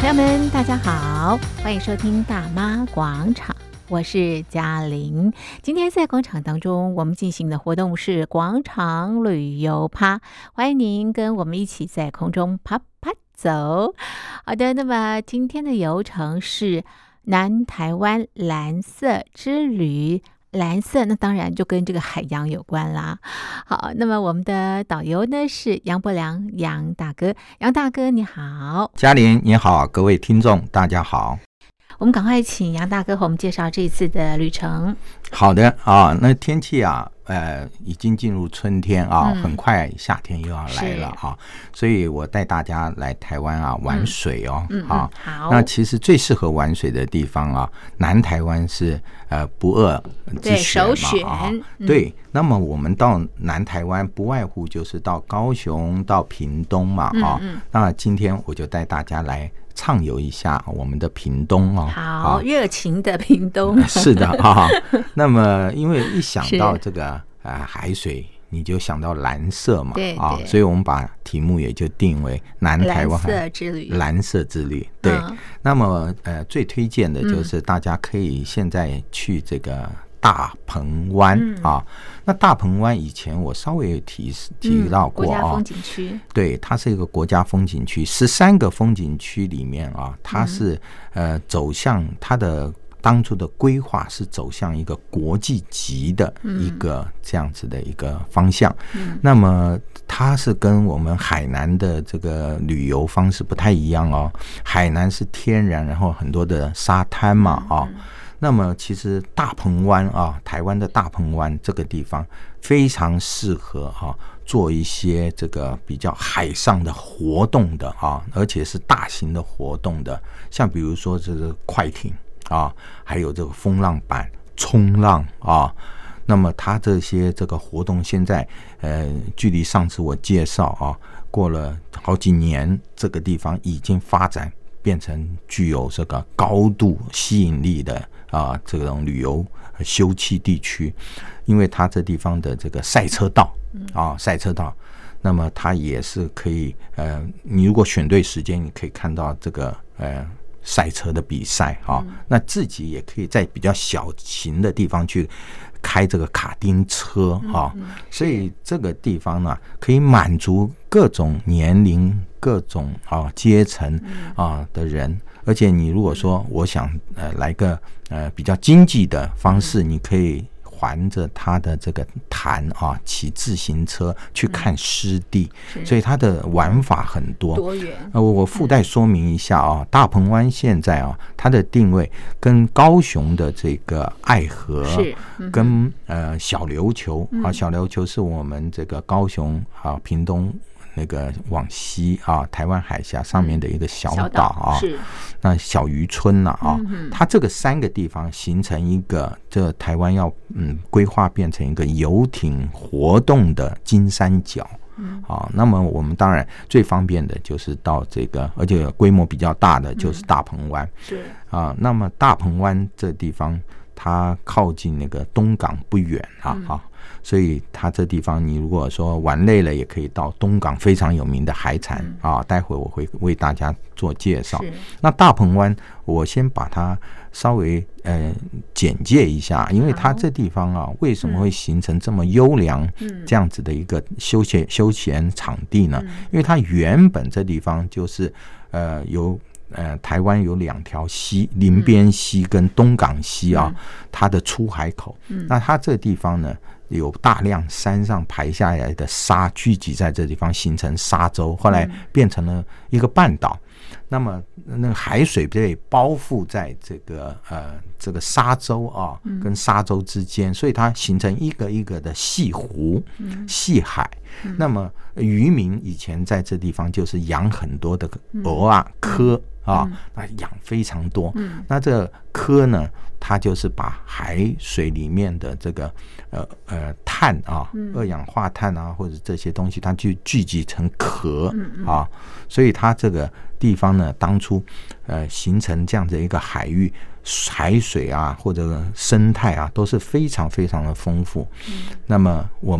友们大家好，欢迎收听大妈广场，我是嘉玲。今天在广场当中，我们进行的活动是广场旅游趴，欢迎您跟我们一起在空中啪啪走。好的，那么今天的游程是南台湾蓝色之旅。蓝色那当然就跟这个海洋有关啦。好，那么我们的导游呢是杨伯良杨大哥。杨大哥你好。 嘉玲你好，各位听众大家好。 我们赶快请杨大哥和我们介绍这一次的旅程。 好的啊，那天气啊已经进入春天啊，很快夏天又要来了啊，所以我带大家来台湾啊玩水哦。好，那其实最适合玩水的地方啊，南台湾是不二之选嘛，首选。对，那么我们到南台湾不外乎就是到高雄、到屏东嘛啊。那今天我就带大家来畅游一下我们的屏东哦。 好，热情的屏东。 是的啊。那么因为一想到这个海水，你就想到蓝色嘛， 对啊，所以我们把题目也就定为南台湾蓝色之旅。 蓝色之旅，对。那么最推荐的就是大家可以现在去这个大鹏湾啊。那大鹏湾以前我稍微有提到过国家风景区。 对，它是一个国家风景区，13个风景区里面啊，它是走向它的当初的规划是走向一个国际级的一个这样子的一个方向。那么它是跟我们海南的这个旅游方式不太一样哦。海南是天然，然后很多的沙滩嘛啊。那么其实大鹏湾啊，台湾的大鹏湾这个地方非常适合做一些这个比较海上的活动的啊，而且是大型的活动的，像比如说这个快艇啊，还有这个风浪板、冲浪啊。那么它这些这个活动现在距离上次我介绍啊，过了好几年，这个地方已经发展变成具有这个高度吸引力的这种旅游休憩地区。因为它这地方的这个赛车道赛车道，那么它也是可以你如果选对时间，你可以看到这个赛车的比赛啊。那自己也可以在比较小型的地方去开这个卡丁车啊。所以这个地方呢，可以满足各种年龄、各种阶层的人。而且你如果说我想来个比较经济的方式，你可以环着它的这个潭骑自行车去看湿地，所以它的玩法很多元。 我附带说明一下大鹏湾现在它的定位跟高雄的这个爱河跟小琉球小琉球是我们这个高雄屏东那个往西台湾海峡上面的一个小岛是那小渔村它这个3个地方形成一个这台湾要规划变成一个游艇活动的金三角。那么我们当然最方便的就是到这个，而且规模比较大的就是大鹏湾。是那么大鹏湾这地方它靠近那个东港不远所以它这地方你如果说玩累了，也可以到东港非常有名的海产待会我会为大家做介绍。那大鹏湾我先把它稍微简介一下，因为它这地方为什么会形成这么优良这样子的一个休闲场地呢？因为它原本这地方就是有台湾有2条溪，林边溪跟东港溪它的出海口。那它这地方呢，有大量山上排下来的沙聚集在这地方，形成沙洲，后来变成了一个半岛。那么那个海水被包覆在这个沙洲跟沙洲之间，所以它形成一个一个的细湖、细海。那么渔民以前在这地方就是养很多的蚵蚵那养非常多。那这个蚵呢，它就是把海水里面的这个碳二氧化碳或者这些东西，它就聚集成壳所以它这个地方呢，当初形成这样的一个海域，海水或者生态都是非常非常的丰富。那么我们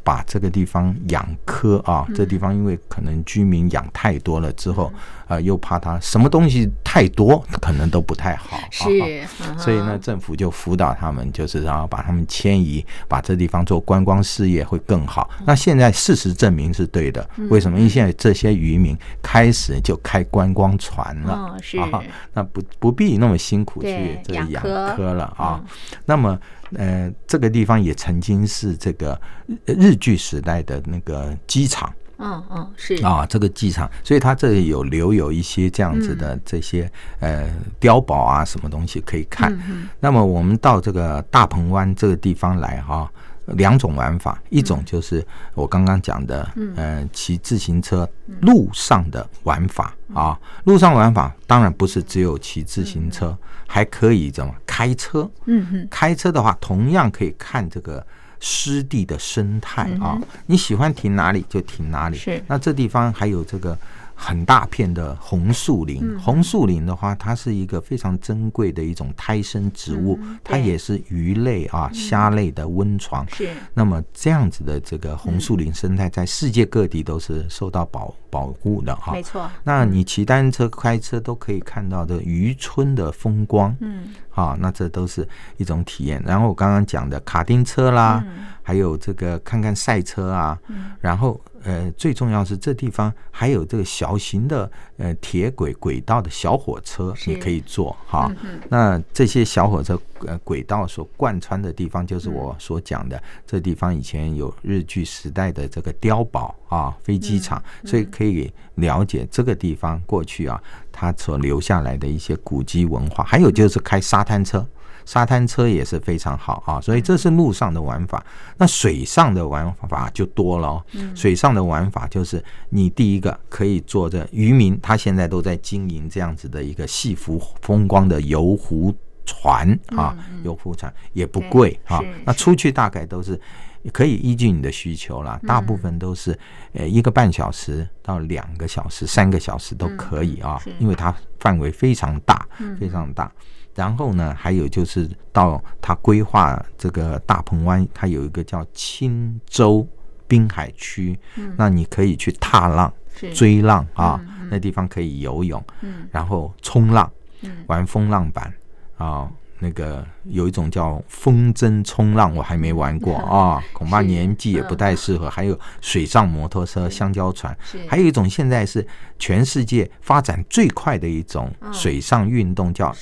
把这个地方养科啊，这地方因为可能居民养太多了之后，又怕它什么东西太多，可能都不太好， 是， 所以呢，政府就辅导他们，就是然后把他们迁移，把这地方做观光事业会更好。那现在事实证明是对的，为什么？因为现在这些渔民开始就开观光船了， 是那不必那么辛苦去这养科了啊。那么这个地方也曾经是这个日据时代的那个机场。 是这个机场，所以它这里留有一些这样子的这些碉堡啊，什么东西可以看。那么我们到这个大鹏湾这个地方来两种玩法，一种就是我刚刚讲的骑自行车路上的玩法啊。路上玩法当然不是只有骑自行车，还可以怎么开车。开车的话同样可以看这个湿地的生态啊，你喜欢停哪里就停哪里。那这地方还有这个很大片的红树林，红树林的话，它是一个非常珍贵的一种胎生植物，它也是鱼类虾类的温床。那么这样子的这个红树林生态，在世界各地都是受到保护的没错。 那你骑单车、开车都可以看到的渔村的风光，那这都是一种体验。然后我刚刚讲的卡丁车啦，还有这个看看赛车啊，然后最重要是这地方还有这个小型的铁轨道的小火车，你可以坐那这些小火车轨道所贯穿的地方，就是我所讲的，这地方以前有日据时代的这个碉堡飞机场，所以可以了解这个地方过去它所留下来的一些古迹文化。还有就是开沙滩车，沙滩车也是非常好所以这是陆上的玩法。那水上的玩法就多了水上的玩法就是你第一个可以坐着渔民，他现在都在经营这样子的一个细幅风光的游湖船游湖船也不贵那出去大概都是可以依据你的需求啦，大部分都是1个半小时到2个小时、3个小时都可以因为它范围非常大，非常大。然后呢，还有就是到它规划这个大鹏湾，它有一个叫青洲滨海区，那你可以去踏浪、追浪那地方可以游泳，然后冲浪，玩风浪板那个有一种叫风筝冲浪，我还没玩过恐怕年纪也不太适合。还有水上摩托车、香蕉船，还有一种现在是全世界发展最快的一种水上运动，叫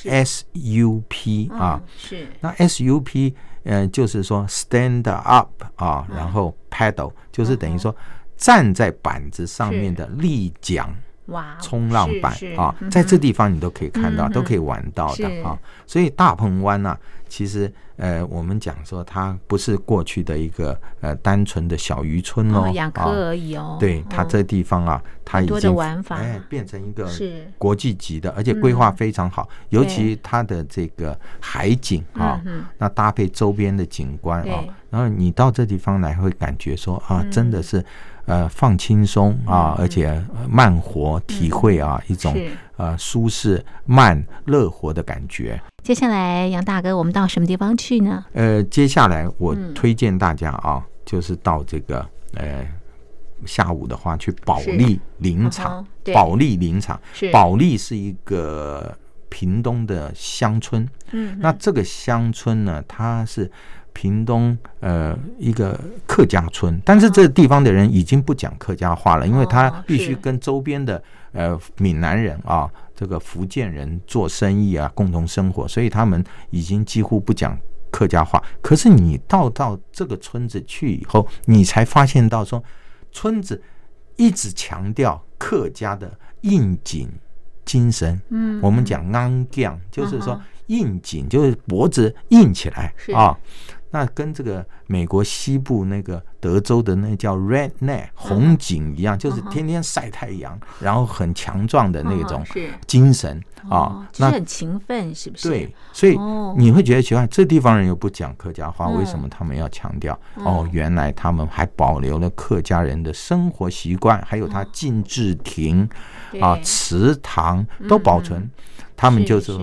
SUP 那 SUP 就是说 stand up 然后 paddle， 就是等于说站在板子上面的立桨冲浪板在这地方你都可以看到，都可以玩到的所以大鹏湾其实我们讲说它不是过去的一个单纯的小渔村养科而已对，它这地方它已经变成一个国际级的，而且规划非常好，尤其它的这个海景那搭配周边的景观然后你到这地方来会感觉说真的是放轻松而且慢活，体会一种舒适慢乐活的感觉。 接下来杨大哥，我们到什么地方去呢？ 接下来我推荐大家就是到这个下午的话去保利林场。保利林场，保利是一个屏东的乡村，那这个乡村呢，它是屏东一个客家村，但是这个地方的人已经不讲客家话了，因为他必须跟周边的闽南人这个福建人做生意共同生活，所以他们已经几乎不讲客家话。可是你到这个村子去以后，你才发现到说村子一直强调客家的应景精神。我们讲安将，就是说应景就是脖子硬起来那跟这个美国西部那个德州的那叫 redneck 红颈一样，就是天天晒太阳，然后很强壮的那种精神那很勤奋，是不是？ 对，所以你会觉得奇怪，这地方人又不讲客家话，为什么他们要强调？原来他们还保留了客家人的生活习惯，还有他禁制亭祠堂都保存。他们就是说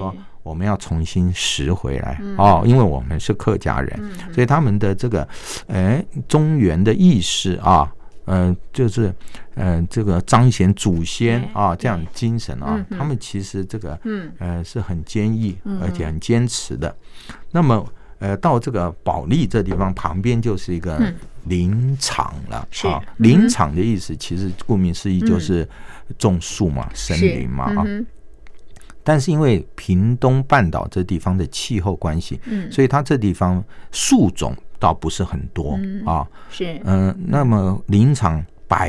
我们要重新拾回来因为我们是客家人，所以他们的这个中原的意识啊，就是这个彰显祖先啊这样精神啊，他们其实这个是很坚毅而且很坚持的。那么到这个保利这地方旁边就是一个林场了啊。林场的意思其实顾名思义就是种树嘛，森林嘛啊。但是因为屏东半岛这地方的气候关系，所以它这地方树种倒不是很多啊。是那么林场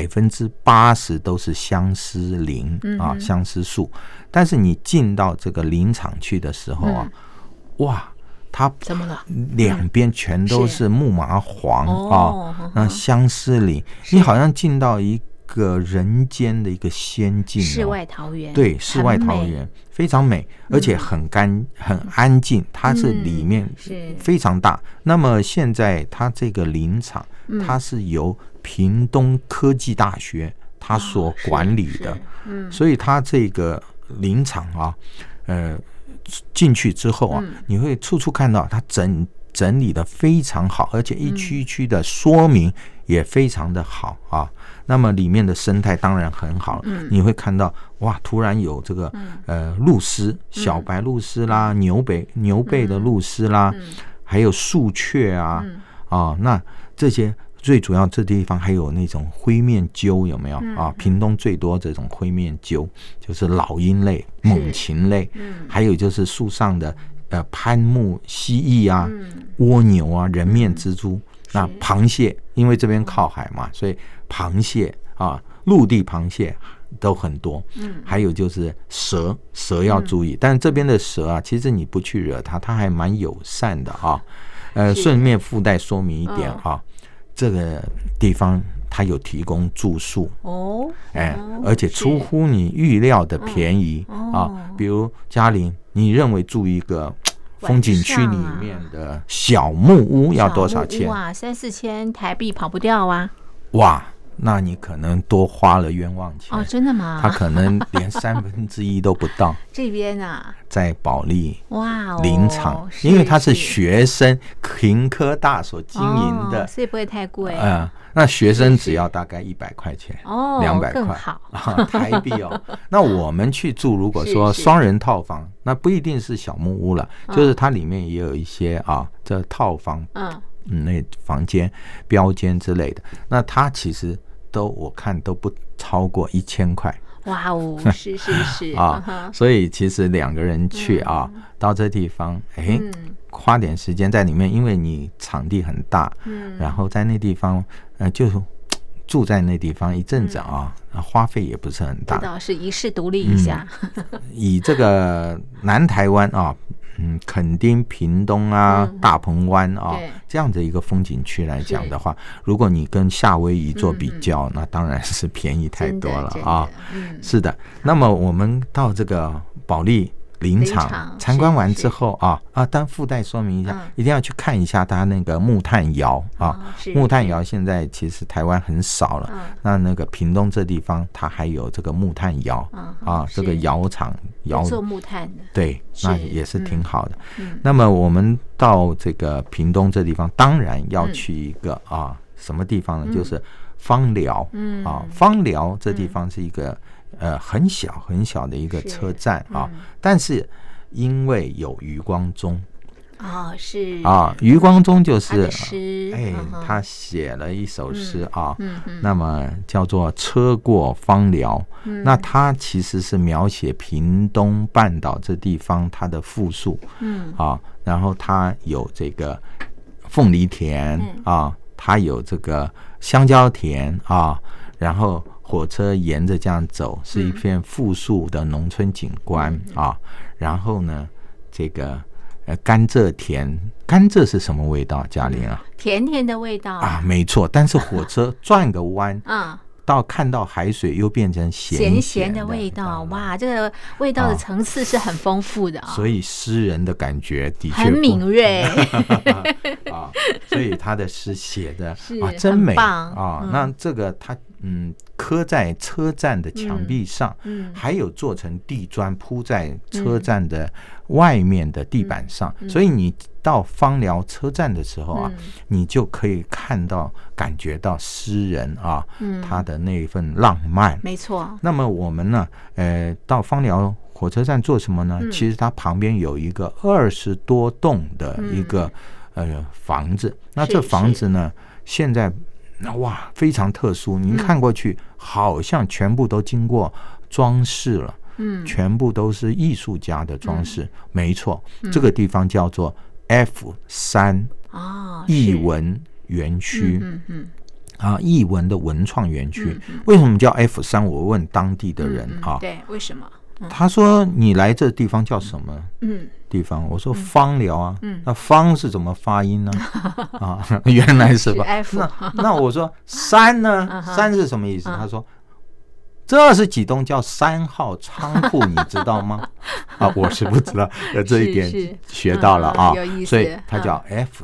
80%都是相思林啊，相思树。但是你进到这个林场去的时候啊，哇！它怎么了？ 两边全都是木麻黄啊，那相思林，你好像进到一个人间的一个仙境， 世外桃源。 对，世外桃源非常美，而且很安静。它是里面非常大。那么现在它这个林场，它是由屏东科技大学它所管理的，所以它这个林场啊，进去之后啊，你会处处看到它整理的非常好，而且一区一区的说明也非常的好啊。那么里面的生态当然很好，你会看到哇，突然有这个鹭鸶，小白鹭鸶啦，牛背的鹭鸶啦，还有树雀啊那这些。最主要这地方还有那种灰面鸠，有没有啊？屏东最多这种灰面鸠，就是老鹰类、猛禽类，还有就是树上的攀木蜥蜴啊、蜗牛啊、人面蜘蛛。那螃蟹，因为这边靠海嘛，所以螃蟹啊，陆地螃蟹都很多。还有就是蛇要注意，但是这边的蛇啊，其实你不去惹它，它还蛮友善的啊。顺便附带说明一点啊。这个地方它有提供住宿而且出乎你预料的便宜比如嘉玲，你认为住一个风景区里面的小木屋要多少钱？ 哇，3-4千台币跑不掉啊！ 哇，那你可能多花了冤枉钱哦，真的吗？ 他可能连1/3都不到。 这边啊， 在保利林场，因为它是学生屏科大所经营的， 所以不会太贵。 那学生只要大概100块钱，200块台币哦。那我们去住，如果说双人套房，那不一定是小木屋了，就是它里面也有一些这套房，那房间、标间之类的，那它其实我看都不超过1000块。 哇哦，是所以其实2个人去到这地方，花点时间在里面，因为你场地很大，然后在那地方就住在那地方一阵子花费也不是很大， 知道是一室独立一下。 以这个南台湾垦丁、屏东大鹏湾这样的一个风景区来讲的话，如果你跟夏威夷做比较，那当然是便宜太多了是的。那么我们到这个保利林场参观完之后但附带说明一下，一定要去看一下它那个木炭窑木炭窑现在其实台湾很少了，那个屏东这地方它还有这个木炭窑这个窑厂做木炭的， 对，那也是挺好的。那么我们到这个屏东这地方，当然要去一个什么地方呢？就是枋寮枋寮这地方是一个很小很小的一个车站但是因为有余光中是余光中就是他写了一首诗那么叫做《车过枋寮》那他其实是描写屏东半岛这地方它的富庶然后他有这个凤梨田他有这个香蕉田然后火车沿着这样走，是一片富庶的农村景观然后呢，这个甘蔗田，甘蔗是什么味道？嘉玲甜甜的味道没错。但是火车转个弯到看到海水又变成咸咸的味道哇，这个味道的层次是很丰富的所以诗人的感觉的确很敏锐所以他的诗写的真美那这个他可刻在车站的墙壁上，还有做成地砖铺在车站的外面的地板上，所以你到枋寮车站的时候啊，你就可以看到感觉到诗人啊，他的那份浪漫。 没错。 那么我们呢到枋寮火车站做什么呢？其实它旁边有一个20多栋的一个房子，那这房子呢现在哇非常特殊，您看过去好像全部都经过装饰了，全部都是艺术家的装饰。没错，这个地方叫做 F3 艺文园区。艺文的文创园区。为什么叫 F3？ 我问当地的人对，为什么？ 他说你来这地方叫什么地方？我说枋寮啊。那枋是怎么发音呢？原来是吧。那我说山呢？山是什么意思？他说这是几栋叫3号仓库，你知道吗？我是不知道，这一点学到了啊，所以它叫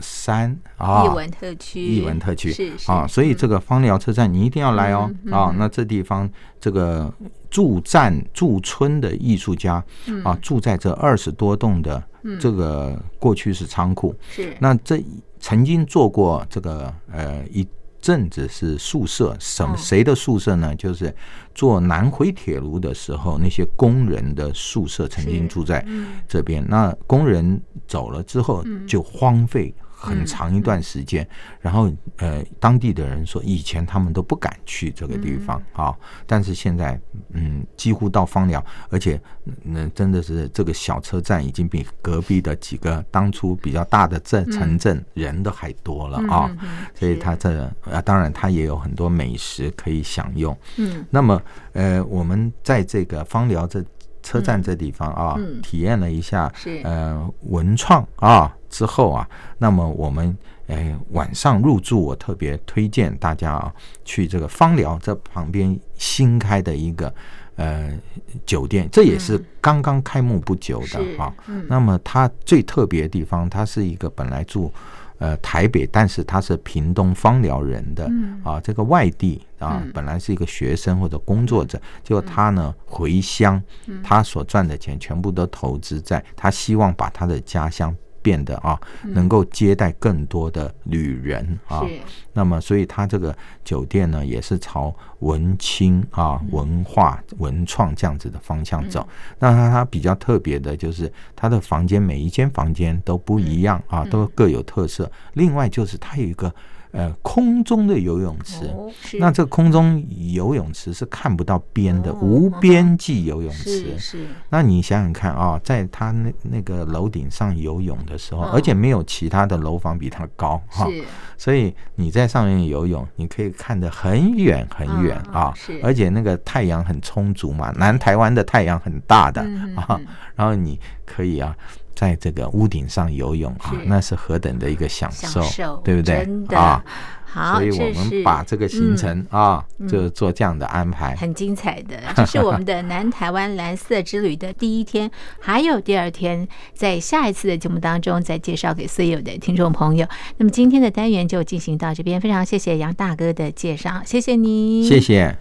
F3 艺文特区。艺文特区所以这个枋寮车站你一定要来哦。那这地方这个驻村的艺术家住在这20多栋的这个过去是仓库，那这曾经做过这个一阵子是宿舍，谁的宿舍呢？就是做南回铁路的时候，那些工人的宿舍曾经住在这边。那工人走了之后，就荒废很长一段时间。然后当地的人说，以前他们都不敢去这个地方但是现在几乎到枋寮，而且真的是这个小车站已经比隔壁的几个当初比较大的城镇人都还多了所以它当然它也有很多美食可以享用。那么我们在这个枋寮这车站这地方体验了一下文创之后那么我们晚上入住，我特别推荐大家去这个枋寮这旁边新开的一个酒店，这也是刚刚开幕不久的那么它最特别的地方，它是一个本来住台北，但是他是屏东枋寮人的这个外地本来是一个学生或者工作者，结果他呢回乡，他所赚的钱全部都投资在他希望把他的家乡变得能够接待更多的旅人那么所以他这个酒店呢也是朝文青文化文创这样子的方向走。那它比较特别的就是它的房间每一间房间都不一样都各有特色。另外就是它有一个空中的游泳池那这个空中游泳池是看不到边的无边际游泳池那你想想看在它那个楼顶上游泳的时候而且没有其他的楼房比它高所以你在上面游泳你可以看得很远很远而且那个太阳很充足嘛，南台湾的太阳很大的然后你可以在这个屋顶上游泳那是何等的一个享受对不对？真的好，所以我们把这个行程就做这样的安排，很精彩的。这是我们的南台湾蓝色之旅的第1天，还有第2天，在下一次的节目当中再介绍给所有的听众朋友。那么今天的单元就进行到这边，非常谢谢杨大哥的介绍，谢谢你，谢谢。